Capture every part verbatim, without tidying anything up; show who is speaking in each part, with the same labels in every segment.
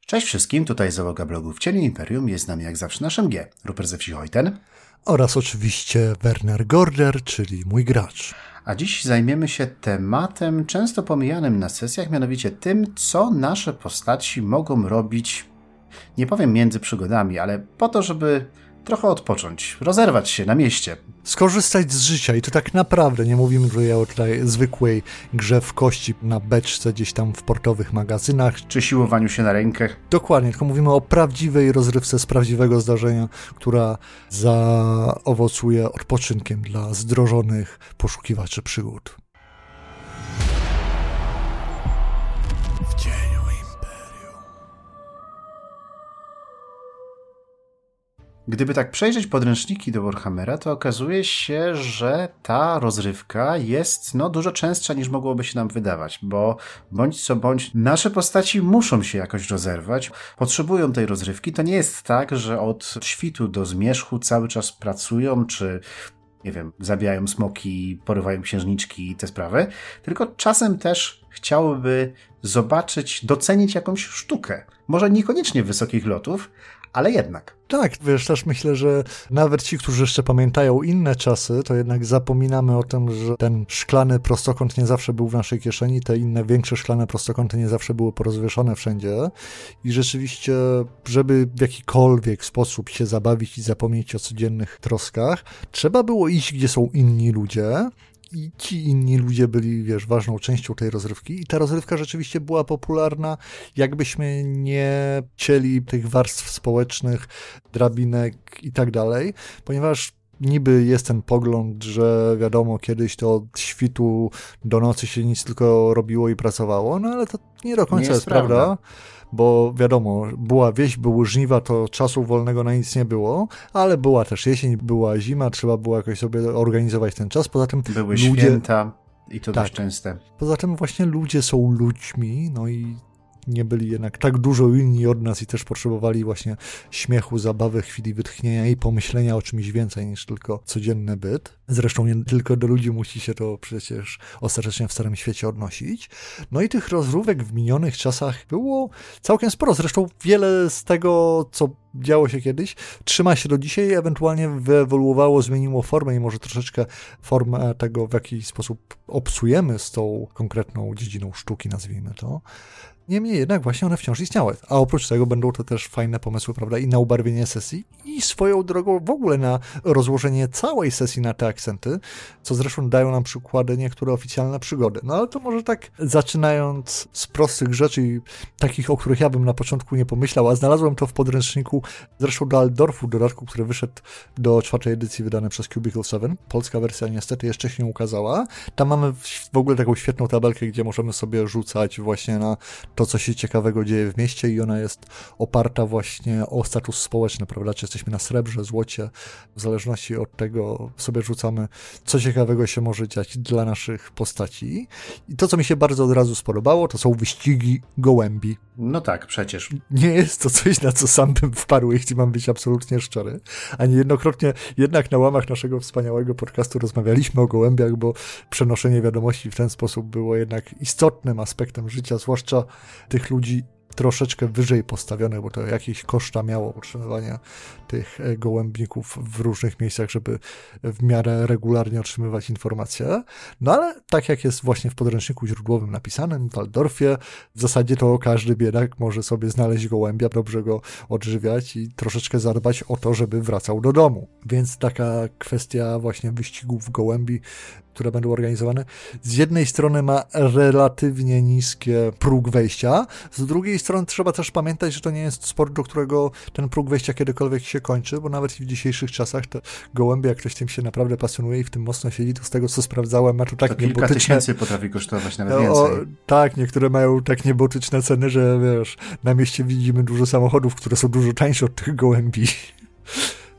Speaker 1: Cześć wszystkim, tutaj załoga blogu W Cieniu Imperium, jest z nami jak zawsze nasz M G, Rupert ze wsi Hojten.
Speaker 2: Oraz oczywiście Werner Gorder, czyli mój gracz.
Speaker 1: A dziś zajmiemy się tematem często pomijanym na sesjach, mianowicie tym, co nasze postaci mogą robić, nie powiem między przygodami, ale po to, żeby trochę odpocząć, rozerwać się na mieście.
Speaker 2: Skorzystać z życia i to tak naprawdę, nie mówimy tutaj o tej zwykłej grze w kości na beczce gdzieś tam w portowych magazynach.
Speaker 1: Czy siłowaniu się na rękach.
Speaker 2: Dokładnie, tylko mówimy o prawdziwej rozrywce z prawdziwego zdarzenia, która zaowocuje odpoczynkiem dla zdrożonych poszukiwaczy przygód. W cieniu Imperium.
Speaker 1: Gdyby tak przejrzeć podręczniki do Warhammera, to okazuje się, że ta rozrywka jest no, dużo częstsza niż mogłoby się nam wydawać, bo bądź co bądź nasze postaci muszą się jakoś rozerwać, potrzebują tej rozrywki. To nie jest tak, że od świtu do zmierzchu cały czas pracują, czy nie wiem, zabijają smoki, porywają księżniczki i te sprawy, tylko czasem też chciałyby zobaczyć, docenić jakąś sztukę. Może niekoniecznie wysokich lotów, ale jednak.
Speaker 2: Tak, wiesz, też myślę, że nawet ci, którzy jeszcze pamiętają inne czasy, to jednak zapominamy o tym, że ten szklany prostokąt nie zawsze był w naszej kieszeni, te inne większe szklane prostokąty nie zawsze były porozwieszone wszędzie i rzeczywiście, żeby w jakikolwiek sposób się zabawić i zapomnieć o codziennych troskach, trzeba było iść, gdzie są inni ludzie. I ci inni ludzie byli, wiesz, ważną częścią tej rozrywki i ta rozrywka rzeczywiście była popularna, jakbyśmy nie cieli tych warstw społecznych, drabinek i tak dalej, ponieważ niby jest ten pogląd, że wiadomo, kiedyś to od świtu do nocy się nic tylko robiło i pracowało, no ale to nie do końca nie jest, jest prawda. prawda. Bo wiadomo, była wieś, były żniwa, to czasu wolnego na nic nie było, ale była też jesień, była zima, trzeba było jakoś sobie organizować ten czas. Poza tym
Speaker 1: były
Speaker 2: ludzie...
Speaker 1: święta i to
Speaker 2: tak.
Speaker 1: dość częste.
Speaker 2: Poza tym właśnie ludzie są ludźmi, no i nie byli jednak tak dużo inni od nas i też potrzebowali właśnie śmiechu, zabawy, chwili wytchnienia i pomyślenia o czymś więcej niż tylko codzienny byt. Zresztą nie tylko do ludzi musi się to przecież ostatecznie w Starym Świecie odnosić. No i tych rozrywek w minionych czasach było całkiem sporo. Zresztą wiele z tego, co działo się kiedyś, trzyma się do dzisiaj, ewentualnie wyewoluowało, zmieniło formę i może troszeczkę formę tego, w jaki sposób obcujemy z tą konkretną dziedziną sztuki, nazwijmy to. Niemniej jednak właśnie one wciąż istniały. A oprócz tego będą to też fajne pomysły, prawda, i na ubarwienie sesji i swoją drogą w ogóle na rozłożenie całej sesji na te akcenty, co zresztą dają nam przykłady niektóre oficjalne przygody. No ale to może tak zaczynając z prostych rzeczy, takich, o których ja bym na początku nie pomyślał, a znalazłem to w podręczniku zresztą do Altdorfu, dodatku, który wyszedł do czwartej edycji, wydany przez Cubicle siedem. Polska wersja niestety jeszcze się nie ukazała. Tam mamy w ogóle taką świetną tabelkę, gdzie możemy sobie rzucać właśnie na to, co się ciekawego dzieje w mieście i ona jest oparta właśnie o status społeczny, prawda? Czy jesteśmy na srebrze, złocie, w zależności od tego sobie rzucamy, co ciekawego się może dziać dla naszych postaci. I to, co mi się bardzo od razu spodobało, to są wyścigi gołębi.
Speaker 1: No tak, przecież.
Speaker 2: Nie jest to coś, na co sam bym wpadł, jeśli mam być absolutnie szczery. A niejednokrotnie jednak na łamach naszego wspaniałego podcastu rozmawialiśmy o gołębiach, bo przenoszenie wiadomości w ten sposób było jednak istotnym aspektem życia, zwłaszcza tych ludzi troszeczkę wyżej postawionych, bo to jakieś koszta miało utrzymywania tych gołębników w różnych miejscach, żeby w miarę regularnie otrzymywać informacje. No ale tak jak jest właśnie w podręczniku źródłowym napisanym w Waldorfie, w zasadzie to każdy biedak może sobie znaleźć gołębia, dobrze go odżywiać i troszeczkę zadbać o to, żeby wracał do domu. Więc taka kwestia właśnie wyścigów gołębi, które będą organizowane, z jednej strony ma relatywnie niskie próg wejścia, z drugiej strony trzeba też pamiętać, że to nie jest sport, do którego ten próg wejścia kiedykolwiek się kończy, bo nawet i w dzisiejszych czasach te gołębie, jak ktoś tym się naprawdę pasjonuje i w tym mocno siedzi, to z tego, co sprawdzałem, ma tu tak
Speaker 1: to kilka
Speaker 2: niebotyczne...
Speaker 1: tysięcy potrafi kosztować, nawet więcej.
Speaker 2: O, tak, niektóre mają tak niebotyczne ceny, że wiesz, na mieście widzimy dużo samochodów, które są dużo tańsze od tych gołębi.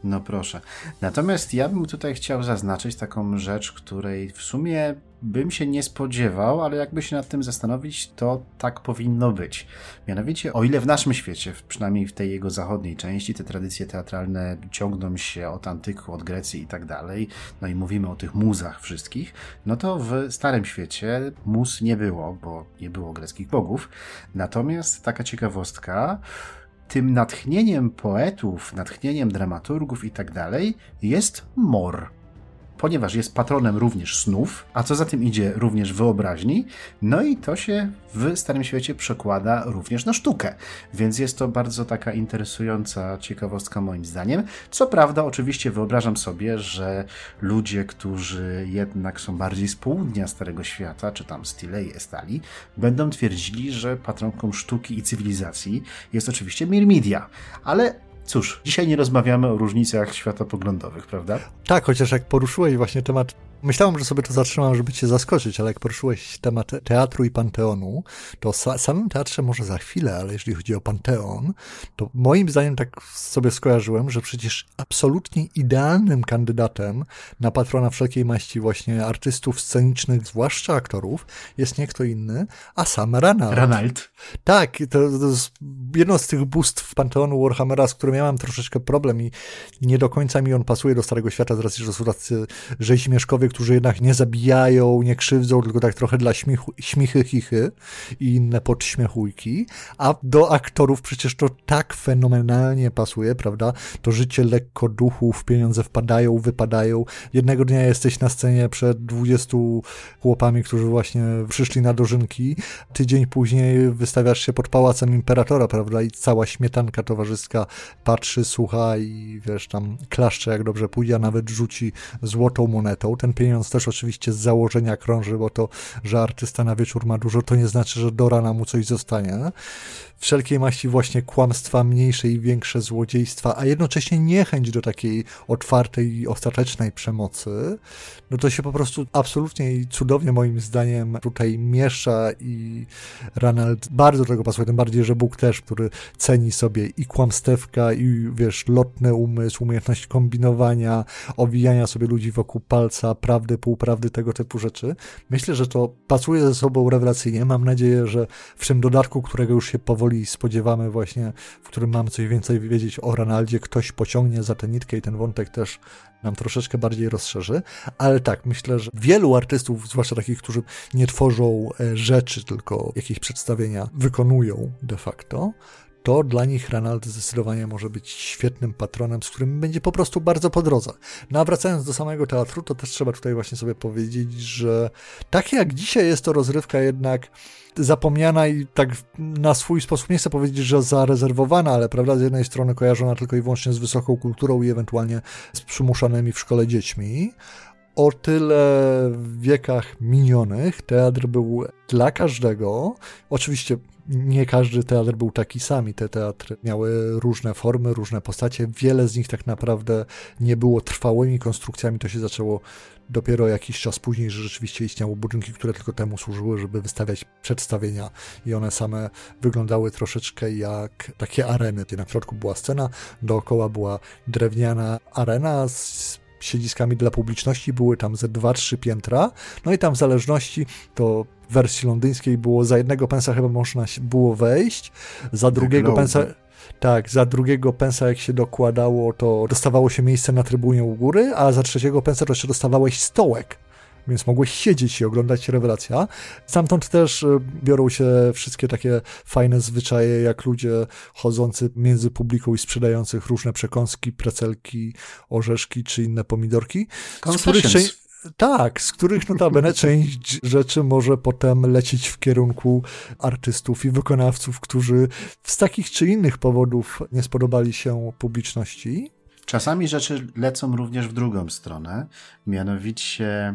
Speaker 1: No proszę. Natomiast ja bym tutaj chciał zaznaczyć taką rzecz, której w sumie bym się nie spodziewał, ale jakby się nad tym zastanowić, to tak powinno być. Mianowicie, o ile w naszym świecie, przynajmniej w tej jego zachodniej części, te tradycje teatralne ciągną się od antyku, od Grecji i tak dalej, no i mówimy o tych muzach wszystkich, no to w Starym Świecie muz nie było, bo nie było greckich bogów. Natomiast taka ciekawostka, tym natchnieniem poetów, natchnieniem dramaturgów i tak dalej jest Mor, ponieważ jest patronem również snów, a co za tym idzie również wyobraźni, no i to się w Starym Świecie przekłada również na sztukę, więc jest to bardzo taka interesująca ciekawostka moim zdaniem. Co prawda oczywiście wyobrażam sobie, że ludzie, którzy jednak są bardziej z południa Starego Świata, czy tam z Tilei Estali, będą twierdzili, że patronką sztuki i cywilizacji jest oczywiście Mirmidia, ale cóż, dzisiaj nie rozmawiamy o różnicach światopoglądowych, prawda?
Speaker 2: Tak, chociaż jak poruszyłeś właśnie temat, myślałem, że sobie to zatrzymam, żeby cię zaskoczyć, ale jak poruszyłeś temat teatru i Panteonu, to o samym teatrze może za chwilę, ale jeżeli chodzi o Panteon, to moim zdaniem tak sobie skojarzyłem, że przecież absolutnie idealnym kandydatem na patrona wszelkiej maści właśnie artystów scenicznych, zwłaszcza aktorów, jest nie kto inny, a sam Ranald.
Speaker 1: Ranald.
Speaker 2: Tak, to, to jest jedno z tych bóstw Panteonu Warhammera, z którym ja mam troszeczkę problem i nie do końca mi on pasuje do Starego Świata, z racji, że są tacy rzeźmieszkowie, którzy jednak nie zabijają, nie krzywdzą, tylko tak trochę dla śmiechu, śmichy, chichy i inne podśmiechujki, a do aktorów przecież to tak fenomenalnie pasuje, prawda? To życie lekko duchów, pieniądze wpadają, wypadają. Jednego dnia jesteś na scenie przed dwudziestu chłopami, którzy właśnie przyszli na dożynki. Tydzień później wystawiasz się pod pałacem imperatora, prawda? I cała śmietanka towarzyska patrzy, słucha i wiesz, tam klaszcze jak dobrze pójdzie, a nawet rzuci złotą monetą. Ten pieniądz też oczywiście z założenia krąży, bo to, że artysta na wieczór ma dużo, to nie znaczy, że do rana mu coś zostanie. Wszelkiej maści właśnie kłamstwa, mniejsze i większe złodziejstwa, a jednocześnie niechęć do takiej otwartej i ostatecznej przemocy, no to się po prostu absolutnie i cudownie moim zdaniem tutaj miesza i Ranald bardzo do tego pasuje, tym bardziej, że Bóg też, który ceni sobie i kłamstewka, i wiesz, lotny umysł, umiejętność kombinowania, owijania sobie ludzi wokół palca, prawdy, półprawdy, tego typu rzeczy. Myślę, że to pasuje ze sobą rewelacyjnie. Mam nadzieję, że w tym dodatku, którego już się powoli spodziewamy właśnie, w którym mamy coś więcej wiedzieć o Ranaldzie, ktoś pociągnie za tę nitkę i ten wątek też nam troszeczkę bardziej rozszerzy, ale tak, myślę, że wielu artystów, zwłaszcza takich, którzy nie tworzą rzeczy, tylko jakieś przedstawienia wykonują de facto, to dla nich Ranald zdecydowanie może być świetnym patronem, z którym będzie po prostu bardzo po drodze. No a wracając do samego teatru, to też trzeba tutaj właśnie sobie powiedzieć, że tak jak dzisiaj jest to rozrywka jednak zapomniana i tak na swój sposób, nie chcę powiedzieć, że zarezerwowana, ale prawda, z jednej strony kojarzona tylko i wyłącznie z wysoką kulturą i ewentualnie z przymuszanymi w szkole dziećmi, o tyle w wiekach minionych teatr był dla każdego. Oczywiście nie każdy teatr był taki sam i te teatry miały różne formy, różne postacie. Wiele z nich tak naprawdę nie było trwałymi konstrukcjami. To się zaczęło dopiero jakiś czas później, że rzeczywiście istniały budynki, które tylko temu służyły, żeby wystawiać przedstawienia i one same wyglądały troszeczkę jak takie areny. Na środku była scena, dookoła była drewniana arena z siedziskami dla publiczności, były tam ze dwa, trzy piętra, no i tam w zależności to w wersji londyńskiej było za jednego pensa chyba można było wejść, za drugiego pensa, tak, za drugiego pensa jak się dokładało, to dostawało się miejsce na trybunie u góry, a za trzeciego pensa to jeszcze dostawałeś stołek, więc mogłeś siedzieć i oglądać rewelacja. Stamtąd też biorą się wszystkie takie fajne zwyczaje, jak ludzie chodzący między publiką i sprzedających różne przekąski, precelki, orzeszki czy inne pomidorki. Z których część, tak, z których notabene część rzeczy może potem lecieć w kierunku artystów i wykonawców, którzy z takich czy innych powodów nie spodobali się publiczności.
Speaker 1: Czasami rzeczy lecą również w drugą stronę, mianowicie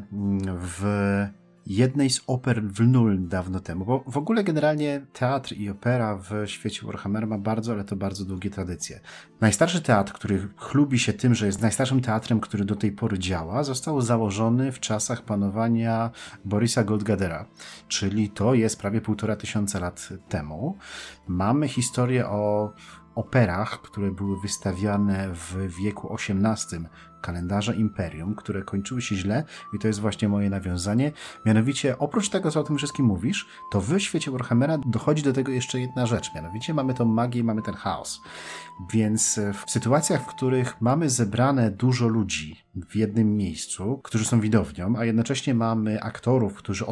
Speaker 1: w jednej z oper w Lnul dawno temu, bo w ogóle generalnie teatr i opera w świecie Warhammera ma bardzo, ale to bardzo długie tradycje. Najstarszy teatr, który chlubi się tym, że jest najstarszym teatrem, który do tej pory działa, został założony w czasach panowania Borisa Goldgadera, czyli to jest prawie półtora tysiąca lat temu. Mamy historię o operach, które były wystawiane w wieku osiemnastym kalendarza Imperium, które kończyły się źle i to jest właśnie moje nawiązanie. Mianowicie, oprócz tego, co o tym wszystkim mówisz, to w świecie Warhammera dochodzi do tego jeszcze jedna rzecz. Mianowicie mamy tą magię i mamy ten chaos. Więc w sytuacjach, w których mamy zebrane dużo ludzi w jednym miejscu, którzy są widownią, a jednocześnie mamy aktorów, którzy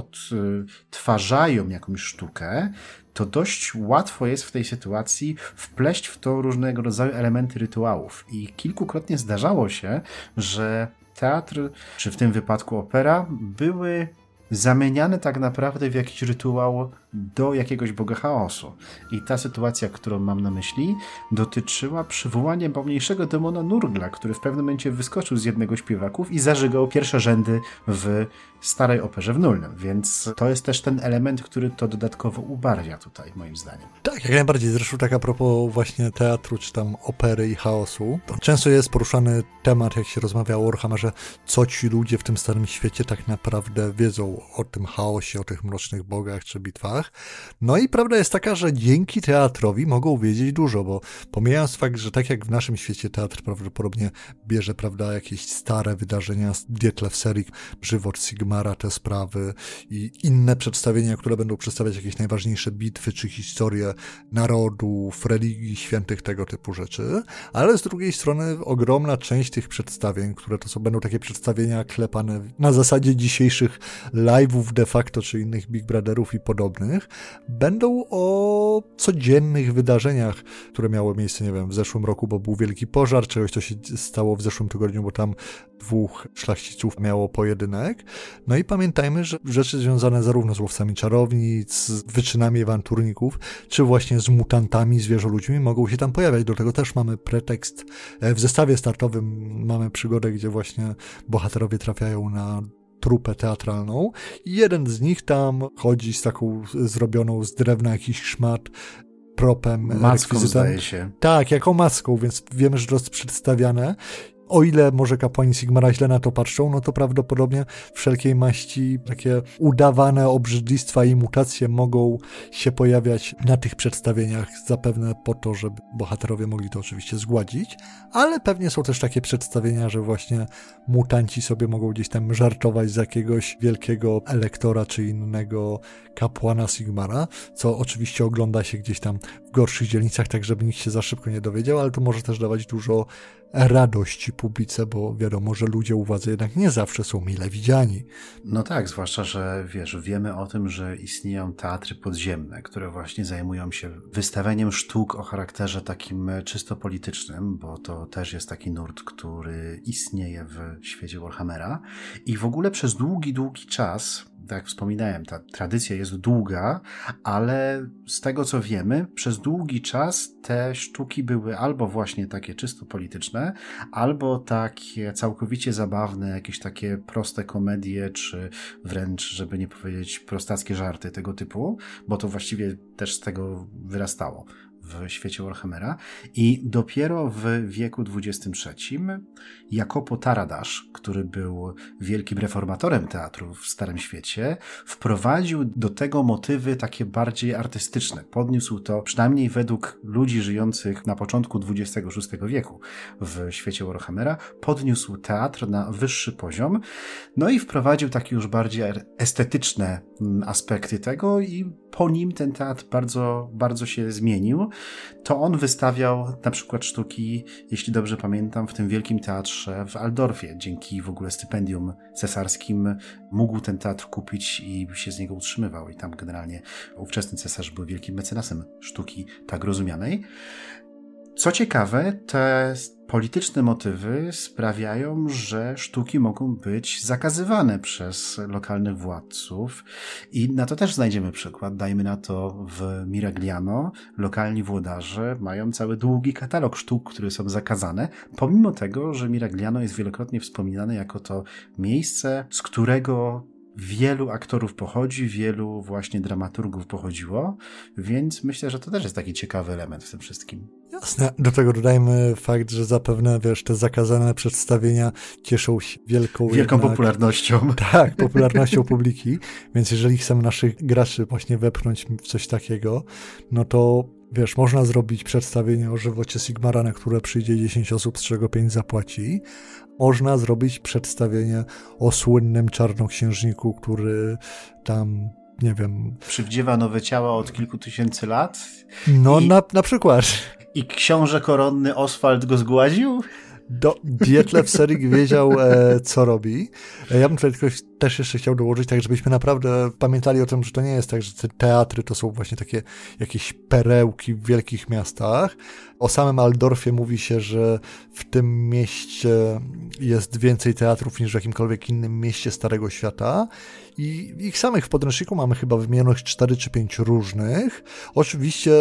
Speaker 1: odtwarzają jakąś sztukę, to dość łatwo jest w tej sytuacji wpleść w to różnego rodzaju elementy rytuałów. I kilkukrotnie zdarzało się, że teatr, czy w tym wypadku opera, były zamieniane tak naprawdę w jakiś rytuał do jakiegoś boga chaosu. I ta sytuacja, którą mam na myśli, dotyczyła przywołania pomniejszego demona Nurgla, który w pewnym momencie wyskoczył z jednego z śpiewaków i zażygał pierwsze rzędy w starej operze w Nulnem. Więc to jest też ten element, który to dodatkowo ubarwia tutaj, moim zdaniem.
Speaker 2: Tak, jak najbardziej. Zresztą tak a propos właśnie teatru, czy tam opery i chaosu, to często jest poruszany temat, jak się rozmawia o Warhammerze, co ci ludzie w tym starym świecie tak naprawdę wiedzą o tym chaosie, o tych mrocznych bogach czy bitwach. No i prawda jest taka, że dzięki teatrowi mogą wiedzieć dużo, bo pomijając fakt, że tak jak w naszym świecie teatr prawdopodobnie bierze, prawda, jakieś stare wydarzenia z Dietlef Serik, żywot Sigmara, te sprawy i inne przedstawienia, które będą przedstawiać jakieś najważniejsze bitwy czy historie narodów, religii, świętych, tego typu rzeczy, ale z drugiej strony ogromna część tych przedstawień, które to są, będą takie przedstawienia klepane na zasadzie dzisiejszych live'ów de facto, czy innych Big Brotherów i podobnych, będą o codziennych wydarzeniach, które miały miejsce, nie wiem, w zeszłym roku, bo był wielki pożar, czegoś, co się stało w zeszłym tygodniu, bo tam dwóch szlachciców miało pojedynek. No i pamiętajmy, że rzeczy związane zarówno z łowcami czarownic, z wyczynami awanturników, czy właśnie z mutantami, zwierzoludźmi mogą się tam pojawiać. Do tego też mamy pretekst. W zestawie startowym mamy przygodę, gdzie właśnie bohaterowie trafiają na trupę teatralną i jeden z nich tam chodzi z taką zrobioną z drewna jakiś szmat propem,
Speaker 1: maską, zdaje się.
Speaker 2: Tak, jako maską, więc wiemy, że to jest przedstawiane. O ile może kapłani Sigmara źle na to patrzą, no to prawdopodobnie wszelkiej maści takie udawane obrzydlistwa i mutacje mogą się pojawiać na tych przedstawieniach, zapewne po to, żeby bohaterowie mogli to oczywiście zgładzić, ale pewnie są też takie przedstawienia, że właśnie mutanci sobie mogą gdzieś tam żartować z jakiegoś wielkiego elektora czy innego kapłana Sigmara, co oczywiście ogląda się gdzieś tam w gorszych dzielnicach, tak żeby nikt się za szybko nie dowiedział, ale to może też dawać dużo radości publice, bo wiadomo, że ludzie u władzy jednak nie zawsze są mile widziani.
Speaker 1: No tak, zwłaszcza, że wiesz, wiemy o tym, że istnieją teatry podziemne, które właśnie zajmują się wystawianiem sztuk o charakterze takim czysto politycznym, bo to też jest taki nurt, który istnieje w świecie Warhammera i w ogóle przez długi, długi czas, tak jak wspominałem, ta tradycja jest długa, ale z tego co wiemy, przez długi czas te sztuki były albo właśnie takie czysto polityczne, albo takie całkowicie zabawne, jakieś takie proste komedie, czy wręcz, żeby nie powiedzieć, prostackie żarty tego typu, bo to właściwie też z tego wyrastało w świecie Warhammera i dopiero w wieku dwudziestym trzecim Jacopo Taradasz, który był wielkim reformatorem teatru w Starym Świecie, wprowadził do tego motywy takie bardziej artystyczne. Podniósł to, przynajmniej według ludzi żyjących na początku dwudziestego szóstego wieku w świecie Warhammera, podniósł teatr na wyższy poziom, no i wprowadził takie już bardziej estetyczne aspekty tego i po nim ten teatr bardzo, bardzo się zmienił. To on wystawiał na przykład sztuki, jeśli dobrze pamiętam, w tym wielkim teatrze w Altdorfie. Dzięki w ogóle stypendium cesarskim mógł ten teatr kupić i się z niego utrzymywał. I tam generalnie ówczesny cesarz był wielkim mecenasem sztuki tak rozumianej. Co ciekawe, te polityczne motywy sprawiają, że sztuki mogą być zakazywane przez lokalnych władców i na to też znajdziemy przykład. Dajmy na to w Miragliano lokalni włodarze mają cały długi katalog sztuk, które są zakazane, pomimo tego, że Miragliano jest wielokrotnie wspominane jako to miejsce, z którego wielu aktorów pochodzi, wielu właśnie dramaturgów pochodziło, więc myślę, że to też jest taki ciekawy element w tym wszystkim.
Speaker 2: Jasne. Do tego dodajmy fakt, że zapewne, wiesz, te zakazane przedstawienia cieszą się wielką...
Speaker 1: Wielką
Speaker 2: jednak,
Speaker 1: popularnością.
Speaker 2: Tak, popularnością publiki, więc jeżeli chcemy naszych graczy właśnie wepchnąć w coś takiego, no to Wiesz, można zrobić przedstawienie o żywocie Sigmara, na które przyjdzie dziesięć osób, z czego pięć zapłaci. Można zrobić przedstawienie o słynnym czarnoksiężniku, który tam, nie wiem...
Speaker 1: przywdziewa nowe ciała od kilku tysięcy lat?
Speaker 2: No,
Speaker 1: I,
Speaker 2: na, na przykład.
Speaker 1: I książę koronny Oswald go zgładził?
Speaker 2: Do, Dietlef Serig wiedział, e, co robi. E, ja bym tutaj tylko też jeszcze chciał dołożyć, tak żebyśmy naprawdę pamiętali o tym, że to nie jest tak, że te teatry to są właśnie takie jakieś perełki w wielkich miastach. O samym Altdorfie mówi się, że w tym mieście jest więcej teatrów niż w jakimkolwiek innym mieście Starego Świata. I ich samych w podręczniku mamy chyba wymienionych cztery czy pięć różnych. Oczywiście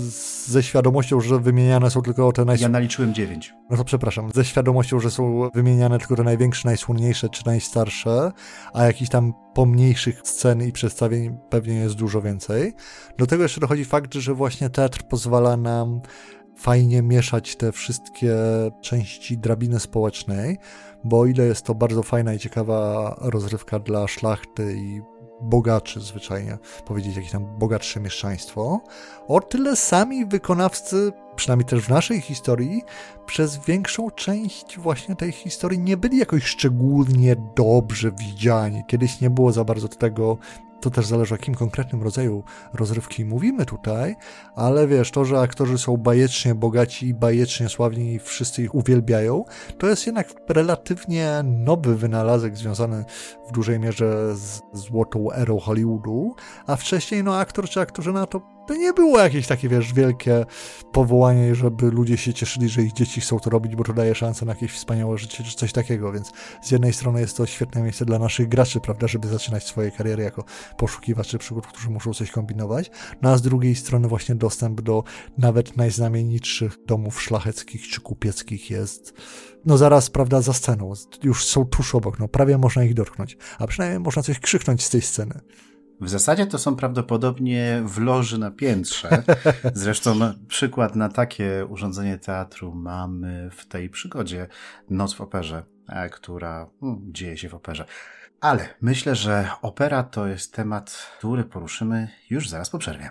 Speaker 2: ze świadomością, że wymieniane są tylko te najsłynniejsze.
Speaker 1: Ja naliczyłem dziewięć.
Speaker 2: No to przepraszam. Ze świadomością, że są wymieniane tylko te największe, najsłynniejsze czy najstarsze, a jakichś tam pomniejszych scen i przedstawień pewnie jest dużo więcej. Do tego jeszcze dochodzi fakt, że właśnie teatr pozwala nam fajnie mieszać te wszystkie części drabiny społecznej, bo o ile jest to bardzo fajna i ciekawa rozrywka dla szlachty i bogaczy zwyczajnie, powiedzieć jakieś tam bogatsze mieszczaństwo, o tyle sami wykonawcy, przynajmniej też w naszej historii, przez większą część właśnie tej historii nie byli jakoś szczególnie dobrze widziani. Kiedyś nie było za bardzo tego. To też zależy, o jakim konkretnym rodzaju rozrywki mówimy tutaj, ale wiesz, to, że aktorzy są bajecznie bogaci i bajecznie sławni i wszyscy ich uwielbiają, to jest jednak relatywnie nowy wynalazek związany w dużej mierze z złotą erą Hollywoodu, a wcześniej no aktor czy aktorzyna to to nie było jakieś takie, wiesz, wielkie powołanie, żeby ludzie się cieszyli, że ich dzieci chcą to robić, bo to daje szansę na jakieś wspaniałe życie, czy coś takiego, więc z jednej strony jest to świetne miejsce dla naszych graczy, prawda, żeby zaczynać swoje kariery jako poszukiwacze przygód, którzy muszą coś kombinować, no a z drugiej strony właśnie dostęp do nawet najznamienitszych domów szlacheckich czy kupieckich jest, no zaraz, prawda, za sceną, już są tuż obok, no prawie można ich dotknąć, a przynajmniej można coś krzyknąć z tej sceny.
Speaker 1: W zasadzie to są prawdopodobnie w loży na piętrze. Zresztą przykład na takie urządzenie teatru mamy w tej przygodzie Noc w operze, która hmm, dzieje się w operze. Ale myślę, że opera to jest temat, który poruszymy już zaraz po przerwie.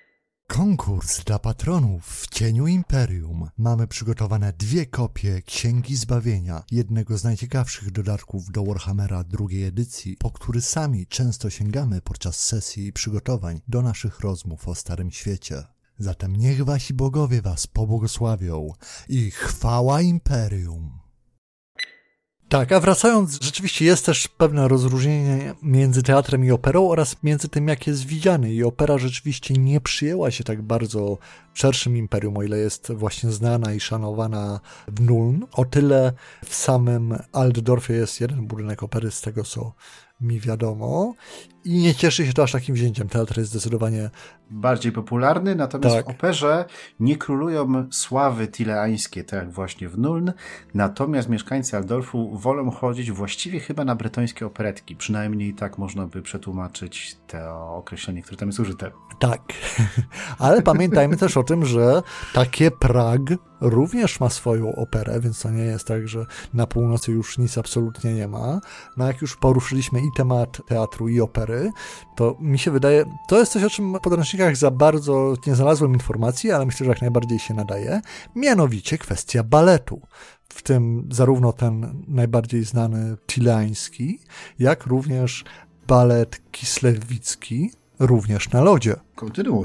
Speaker 2: Konkurs dla patronów w cieniu Imperium. Mamy przygotowane dwie kopie Księgi Zbawienia, jednego z najciekawszych dodatków do Warhammera drugiej edycji, po który sami często sięgamy podczas sesji i przygotowań do naszych rozmów o Starym Świecie. Zatem niech wasi bogowie was pobłogosławią i chwała Imperium! Tak, a wracając, rzeczywiście jest też pewne rozróżnienie między teatrem i operą oraz między tym, jak jest widziany. I opera rzeczywiście nie przyjęła się tak bardzo w szerszym imperium, o ile jest właśnie znana i szanowana w Nuln. O tyle w samym Altdorfie jest jeden budynek opery, z tego co mi wiadomo. I nie cieszy się to aż takim wzięciem. Teatr jest zdecydowanie
Speaker 1: bardziej popularny, natomiast
Speaker 2: tak.
Speaker 1: W operze nie królują sławy tileańskie, tak jak właśnie w Nuln, natomiast mieszkańcy Altdorfu wolą chodzić właściwie chyba na bretońskie operetki. Przynajmniej tak można by przetłumaczyć to określenie, które tam jest użyte.
Speaker 2: Tak, ale pamiętajmy też o tym, że takie Prag również ma swoją operę, więc to nie jest tak, że na północy już nic absolutnie nie ma. No jak już poruszyliśmy i temat teatru, i opery, to mi się wydaje, to jest coś, o czym w podręcznikach za bardzo nie znalazłem informacji, ale myślę, że jak najbardziej się nadaje, mianowicie kwestia baletu. W tym zarówno ten najbardziej znany tileański, jak również balet kislewicki, również na lodzie.
Speaker 1: Kontynuuj.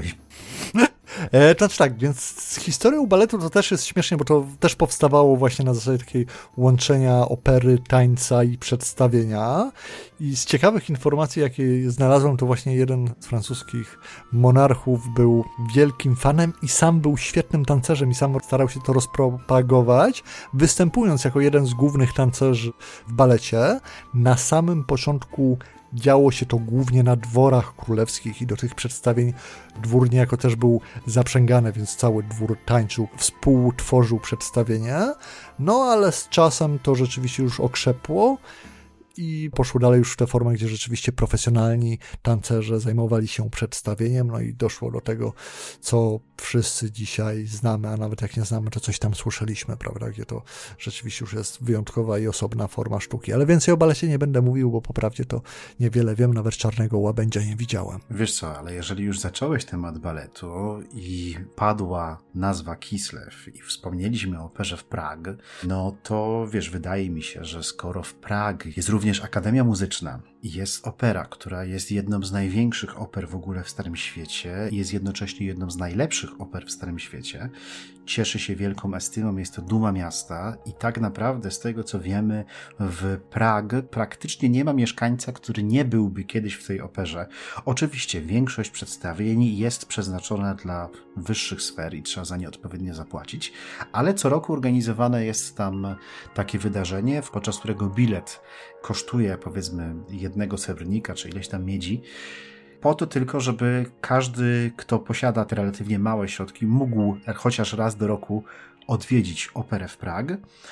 Speaker 2: E, to znaczy tak, więc z historią baletu to też jest śmiesznie, bo to też powstawało właśnie na zasadzie takiej łączenia opery, tańca i przedstawienia. I z ciekawych informacji, jakie znalazłem, to właśnie jeden z francuskich monarchów był wielkim fanem i sam był świetnym tancerzem i sam starał się to rozpropagować, występując jako jeden z głównych tancerzy w balecie. Na samym początku działo się to głównie na dworach królewskich i do tych przedstawień dwór niejako też był zaprzęgany, więc cały dwór tańczył, współtworzył przedstawienie. No ale z czasem to rzeczywiście już okrzepło i poszło dalej już w tę formę, gdzie rzeczywiście profesjonalni tancerze zajmowali się przedstawieniem, no i doszło do tego, co wszyscy dzisiaj znamy, a nawet jak nie znamy, to coś tam słyszeliśmy, prawda, gdzie to rzeczywiście już jest wyjątkowa i osobna forma sztuki. Ale więcej o balecie nie będę mówił, bo po prawdzie to niewiele wiem, nawet Czarnego Łabędzia nie widziałem.
Speaker 1: Wiesz co, ale jeżeli już zacząłeś temat baletu i padła nazwa Kislev i wspomnieliśmy o operze w Prag, no to wiesz, wydaje mi się, że skoro w Prag jest również Akademia Muzyczna i jest opera, która jest jedną z największych oper w ogóle w Starym Świecie i jest jednocześnie jedną z najlepszych oper w Starym Świecie, cieszy się wielką estymą, jest to duma miasta i tak naprawdę z tego, co wiemy, w Prag praktycznie nie ma mieszkańca, który nie byłby kiedyś w tej operze. Oczywiście większość przedstawień jest przeznaczona dla wyższych sfer i trzeba za nie odpowiednio zapłacić, ale co roku organizowane jest tam takie wydarzenie, podczas którego bilet kosztuje powiedzmy jednego srebrnika, czy ileś tam miedzi, po to tylko, żeby każdy, kto posiada te relatywnie małe środki, mógł chociaż raz do roku odwiedzić operę w Prag,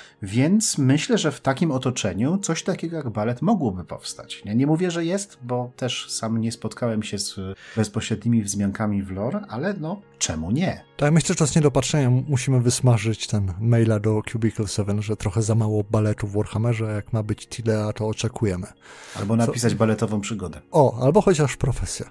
Speaker 1: więc myślę, że w takim otoczeniu coś takiego jak balet mogłoby powstać. Ja nie mówię, że jest, bo też sam nie spotkałem się z bezpośrednimi wzmiankami w lore, ale no, czemu nie?
Speaker 2: Tak, myślę, że to jest nie do patrzenia. Musimy wysmażyć ten maila do Cubicle siedem, że trochę za mało baletu w Warhammerze, jak ma być Tilea, to oczekujemy.
Speaker 1: Albo napisać Co? baletową przygodę.
Speaker 2: O, albo chociaż profesję.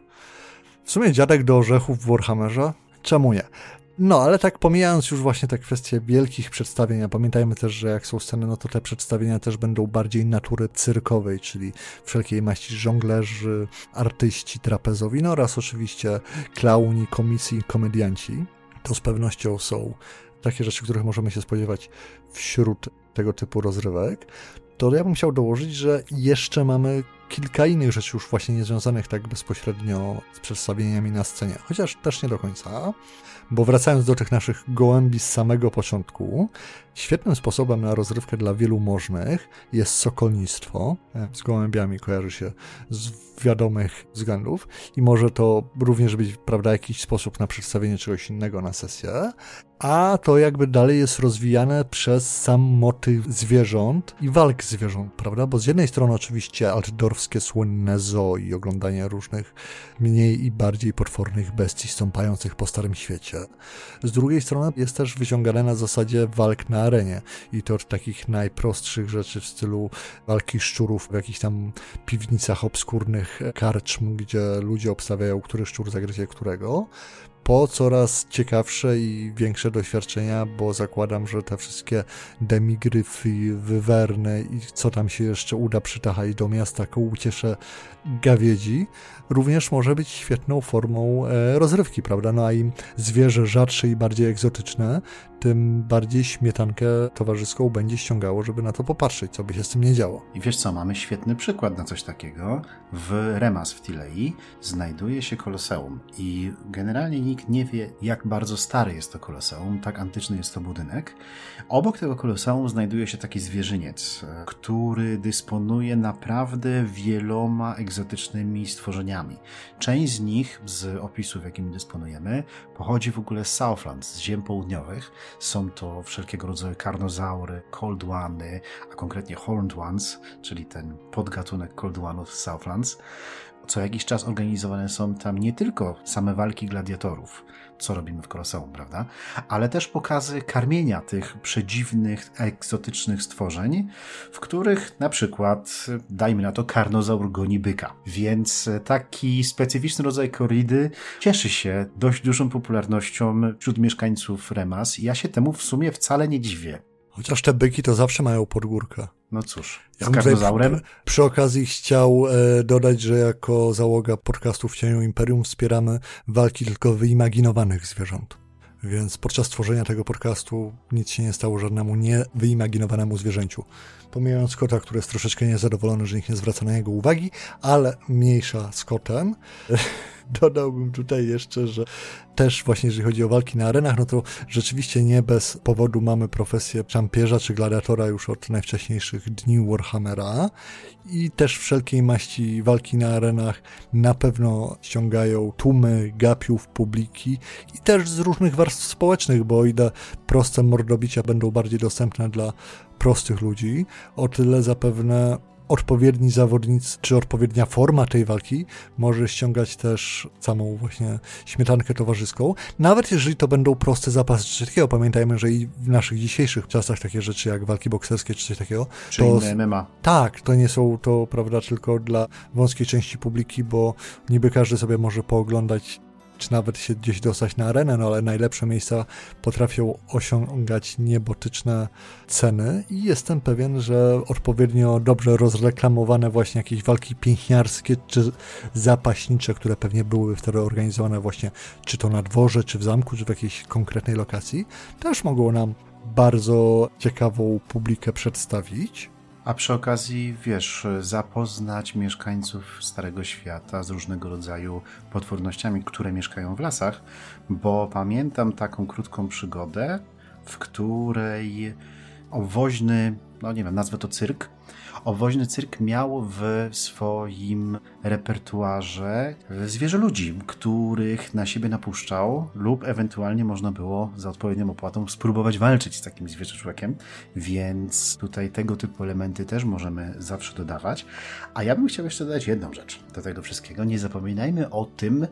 Speaker 2: W sumie dziadek do orzechów w Warhammerze? Czemu nie? No, ale tak pomijając już właśnie te kwestie wielkich przedstawień, a pamiętajmy też, że jak są sceny, no to te przedstawienia też będą bardziej natury cyrkowej, czyli wszelkiej maści żonglerzy, artyści trapezowi, no oraz oczywiście klauni, komicy i komedianci. To z pewnością są takie rzeczy, których możemy się spodziewać wśród tego typu rozrywek. To ja bym chciał dołożyć, że jeszcze mamy kilka innych rzeczy już właśnie niezwiązanych tak bezpośrednio z przedstawieniami na scenie, chociaż też nie do końca, bo wracając do tych naszych gołębi z samego początku, świetnym sposobem na rozrywkę dla wielu możnych jest sokolnictwo. Z gołębiami kojarzy się z wiadomych względów i może to również być, prawda, jakiś sposób na przedstawienie czegoś innego na sesję, a to jakby dalej jest rozwijane przez sam motyw zwierząt i walk zwierząt, prawda, bo z jednej strony oczywiście altdorfskie słynne zoo i oglądanie różnych mniej i bardziej potwornych bestii stąpających po Starym Świecie. Z drugiej strony jest też wyciągane na zasadzie walk na arenie i to od takich najprostszych rzeczy w stylu walki szczurów w jakichś tam piwnicach obskurnych karczm, gdzie ludzie obstawiają, który szczur zagryzie którego, po coraz ciekawsze i większe doświadczenia, bo zakładam, że te wszystkie demigryfy, wywerny i co tam się jeszcze uda przytachać do miasta ku uciesze gawiedzi, również może być świetną formą e, rozrywki, prawda? No a im zwierzę rzadsze i bardziej egzotyczne, tym bardziej śmietankę towarzyską będzie ściągało, żeby na to popatrzeć, co by się z tym nie działo.
Speaker 1: I wiesz co, mamy świetny przykład na coś takiego. W Remas w Tilei znajduje się koloseum i generalnie nikt nie wie, jak bardzo stary jest to koloseum, tak antyczny jest to budynek. Obok tego koloseum znajduje się taki zwierzyniec, który dysponuje naprawdę wieloma egzotycznymi stworzeniami. Część z nich, z opisów, jakimi dysponujemy, pochodzi w ogóle z Southland, z ziem południowych. Są to wszelkiego rodzaju karnozaury, cold one, a konkretnie horned ones, czyli ten podgatunek cold one'ów z Southlands. Co jakiś czas organizowane są tam nie tylko same walki gladiatorów, co robimy w Koloseum, prawda? Ale też pokazy karmienia tych przedziwnych, egzotycznych stworzeń, w których na przykład, dajmy na to, karnozaur goni byka. Więc taki specyficzny rodzaj korridy cieszy się dość dużą popularnością wśród mieszkańców Remas i ja się temu w sumie wcale nie dziwię.
Speaker 2: Chociaż te byki to zawsze mają podgórkę.
Speaker 1: No cóż, z
Speaker 2: ja
Speaker 1: karnozaurem?
Speaker 2: Przy, przy okazji chciał e, dodać, że jako załoga podcastu W Cieniu Imperium wspieramy walki tylko wyimaginowanych zwierząt. Więc podczas tworzenia tego podcastu nic się nie stało żadnemu niewyimaginowanemu zwierzęciu. Pomijając kota, który jest troszeczkę niezadowolony, że nikt nie zwraca na niego uwagi, ale mniejsza z kotem. Dodałbym tutaj jeszcze, że też właśnie jeżeli chodzi o walki na arenach, no to rzeczywiście nie bez powodu mamy profesję czampierza czy gladiatora już od najwcześniejszych dni Warhammera i też wszelkiej maści walki na arenach na pewno ściągają tłumy gapiów, publiki i też z różnych warstw społecznych, bo o ile proste mordobicia będą bardziej dostępne dla prostych ludzi, o tyle zapewne odpowiedni zawodnicy, czy odpowiednia forma tej walki może ściągać też samą właśnie śmietankę towarzyską. Nawet jeżeli to będą proste zapasy czy takiego. Pamiętajmy, że i w naszych dzisiejszych czasach takie rzeczy jak walki bokserskie czy coś takiego.
Speaker 1: Czy
Speaker 2: to,
Speaker 1: inne M M A.
Speaker 2: Tak, to nie są to, prawda, tylko dla wąskiej części publiki, bo niby każdy sobie może pooglądać czy nawet się gdzieś dostać na arenę, no ale najlepsze miejsca potrafią osiągać niebotyczne ceny i jestem pewien, że odpowiednio dobrze rozreklamowane właśnie jakieś walki piętniarskie czy zapaśnicze, które pewnie były wtedy organizowane właśnie czy to na dworze, czy w zamku, czy w jakiejś konkretnej lokacji, też mogą nam bardzo ciekawą publikę przedstawić.
Speaker 1: A przy okazji, wiesz, zapoznać mieszkańców Starego Świata z różnego rodzaju potwornościami, które mieszkają w lasach, bo pamiętam taką krótką przygodę, w której owoźny, no nie wiem, nazwę to cyrk, owoźny cyrk miał w swoim repertuarze zwierzę ludzi, których na siebie napuszczał lub ewentualnie można było za odpowiednią opłatą spróbować walczyć z takim zwierzę-człowiekiem, więc tutaj tego typu elementy też możemy zawsze dodawać. A ja bym chciał jeszcze dodać jedną rzecz do tego wszystkiego. Nie zapominajmy o tym,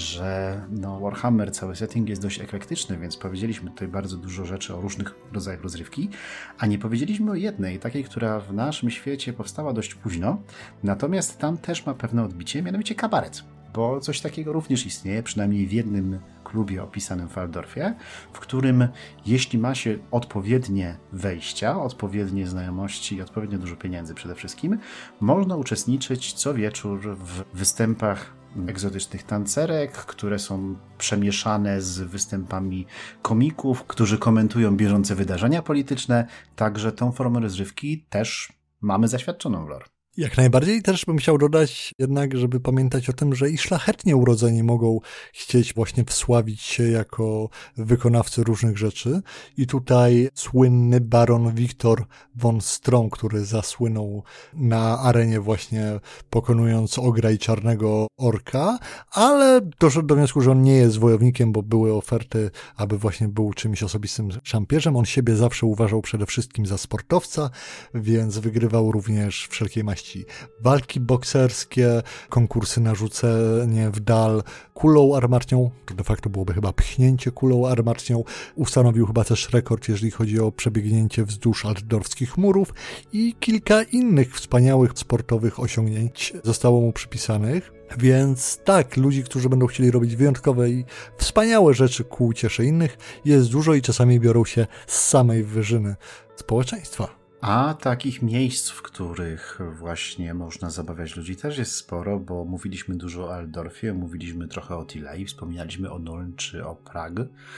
Speaker 1: że no, Warhammer, cały setting jest dość eklektyczny, więc powiedzieliśmy tutaj bardzo dużo rzeczy o różnych rodzajach rozrywki, a nie powiedzieliśmy o jednej, takiej, która w naszym świecie powstała dość późno, natomiast tam też ma pewne odbicie, mianowicie kabaret, bo coś takiego również istnieje, przynajmniej w jednym klubie opisanym w Waldorfie, w którym jeśli ma się odpowiednie wejścia, odpowiednie znajomości i odpowiednio dużo pieniędzy przede wszystkim, można uczestniczyć co wieczór w występach egzotycznych tancerek, które są przemieszane z występami komików, którzy komentują bieżące wydarzenia polityczne, także tą formę rozrywki też mamy zaświadczoną w lore.
Speaker 2: Jak najbardziej też bym chciał dodać jednak, żeby pamiętać o tym, że i szlachetnie urodzeni mogą chcieć właśnie wsławić się jako wykonawcy różnych rzeczy. I tutaj słynny baron Wiktor von Strom, który zasłynął na arenie właśnie pokonując ogra i czarnego orka, ale doszedł do wniosku, że on nie jest wojownikiem, bo były oferty, aby właśnie był czymś osobistym szampierzem. On siebie zawsze uważał przede wszystkim za sportowca, więc wygrywał również wszelkiej maści walki bokserskie, konkursy na rzucenie w dal kulą armatnią, to de facto byłoby chyba pchnięcie kulą armatnią, ustanowił chyba też rekord, jeżeli chodzi o przebiegnięcie wzdłuż altdorfskich murów i kilka innych wspaniałych sportowych osiągnięć zostało mu przypisanych. Więc tak, ludzi, którzy będą chcieli robić wyjątkowe i wspaniałe rzeczy ku uciesze innych, jest dużo i czasami biorą się z samej wyżyny społeczeństwa.
Speaker 1: A takich miejsc, w których właśnie można zabawiać ludzi, też jest sporo, bo mówiliśmy dużo o Altdorfie, mówiliśmy trochę o Tillei, wspominaliśmy o Nuln czy o Prag,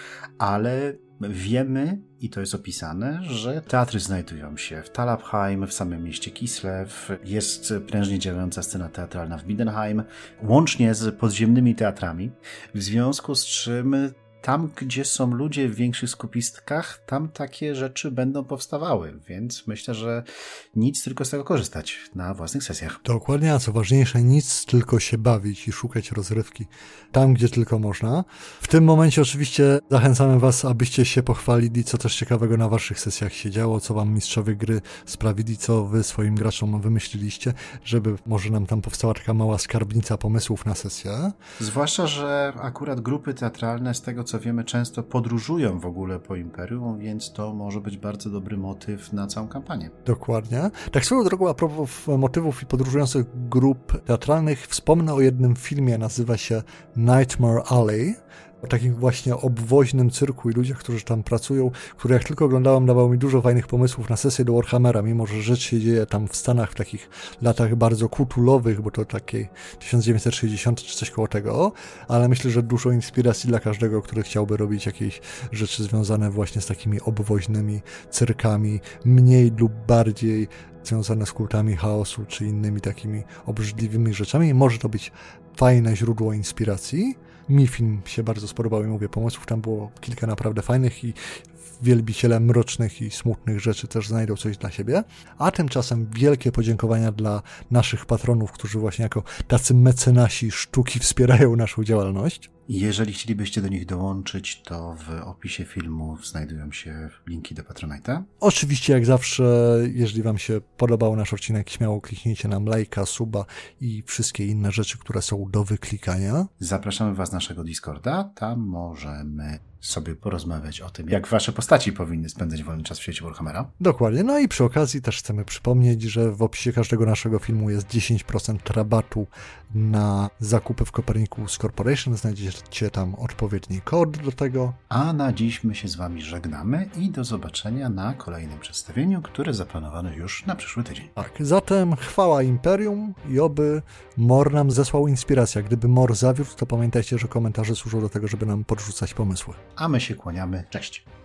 Speaker 1: ale wiemy, i to jest opisane, że teatry znajdują się w Talabheim, w samym mieście Kislev, jest prężnie działająca scena teatralna w Mindenheim, łącznie z podziemnymi teatrami, w związku z czym tam, gdzie są ludzie w większych skupiskach, tam takie rzeczy będą powstawały, więc myślę, że nic, tylko z tego korzystać na własnych sesjach.
Speaker 2: Dokładnie, a co ważniejsze, nic, tylko się bawić i szukać rozrywki tam, gdzie tylko można. W tym momencie oczywiście zachęcamy was, abyście się pochwalili, co też ciekawego na waszych sesjach się działo, co wam mistrzowie gry sprawili, co wy swoim graczom wymyśliliście, żeby może nam tam powstała taka mała skarbnica pomysłów na sesję.
Speaker 1: Zwłaszcza, że akurat grupy teatralne, z tego co wiemy, często podróżują w ogóle po Imperium, więc to może być bardzo dobry motyw na całą kampanię.
Speaker 2: Dokładnie. Tak swoją drogą, a propos motywów i podróżujących grup teatralnych, wspomnę o jednym filmie, nazywa się Nightmare Alley, o takim właśnie obwoźnym cyrku i ludziach, którzy tam pracują, które jak tylko oglądałem, dawało mi dużo fajnych pomysłów na sesję do Warhammera, mimo że rzecz się dzieje tam w Stanach w takich latach bardzo kutulowych, bo to takie tysiąc dziewięćset sześćdziesiąt czy coś koło tego, ale myślę, że dużo inspiracji dla każdego, który chciałby robić jakieś rzeczy związane właśnie z takimi obwoźnymi cyrkami, mniej lub bardziej związane z kultami chaosu, czy innymi takimi obrzydliwymi rzeczami. Może to być fajne źródło inspiracji. Mi film się bardzo spodobał i mówię, pomysłów tam było kilka naprawdę fajnych i wielbiciele mrocznych i smutnych rzeczy też znajdą coś dla siebie. A tymczasem wielkie podziękowania dla naszych patronów, którzy właśnie jako tacy mecenasi sztuki wspierają naszą działalność.
Speaker 1: Jeżeli chcielibyście do nich dołączyć, to w opisie filmu znajdują się linki do Patronite'a.
Speaker 2: Oczywiście, jak zawsze, jeżeli wam się podobał nasz odcinek, śmiało kliknijcie nam lajka, suba i wszystkie inne rzeczy, które są do wyklikania.
Speaker 1: Zapraszamy was na naszego Discorda. Tam możemy sobie porozmawiać o tym, jak wasze postaci powinny spędzać wolny czas w świecie Warhammera.
Speaker 2: Dokładnie. No i przy okazji też chcemy przypomnieć, że w opisie każdego naszego filmu jest dziesięć procent rabatu na zakupy w Copernicus Corporation. Znajdziecie tam odpowiedni kod do tego.
Speaker 1: A na dziś my się z wami żegnamy i do zobaczenia na kolejnym przedstawieniu, które zaplanowano już na przyszły tydzień.
Speaker 2: Tak, zatem chwała Imperium i oby Mor nam zesłał inspirację. A gdyby Mor zawiódł, to pamiętajcie, że komentarze służą do tego, żeby nam podrzucać pomysły.
Speaker 1: A my się kłaniamy. Cześć.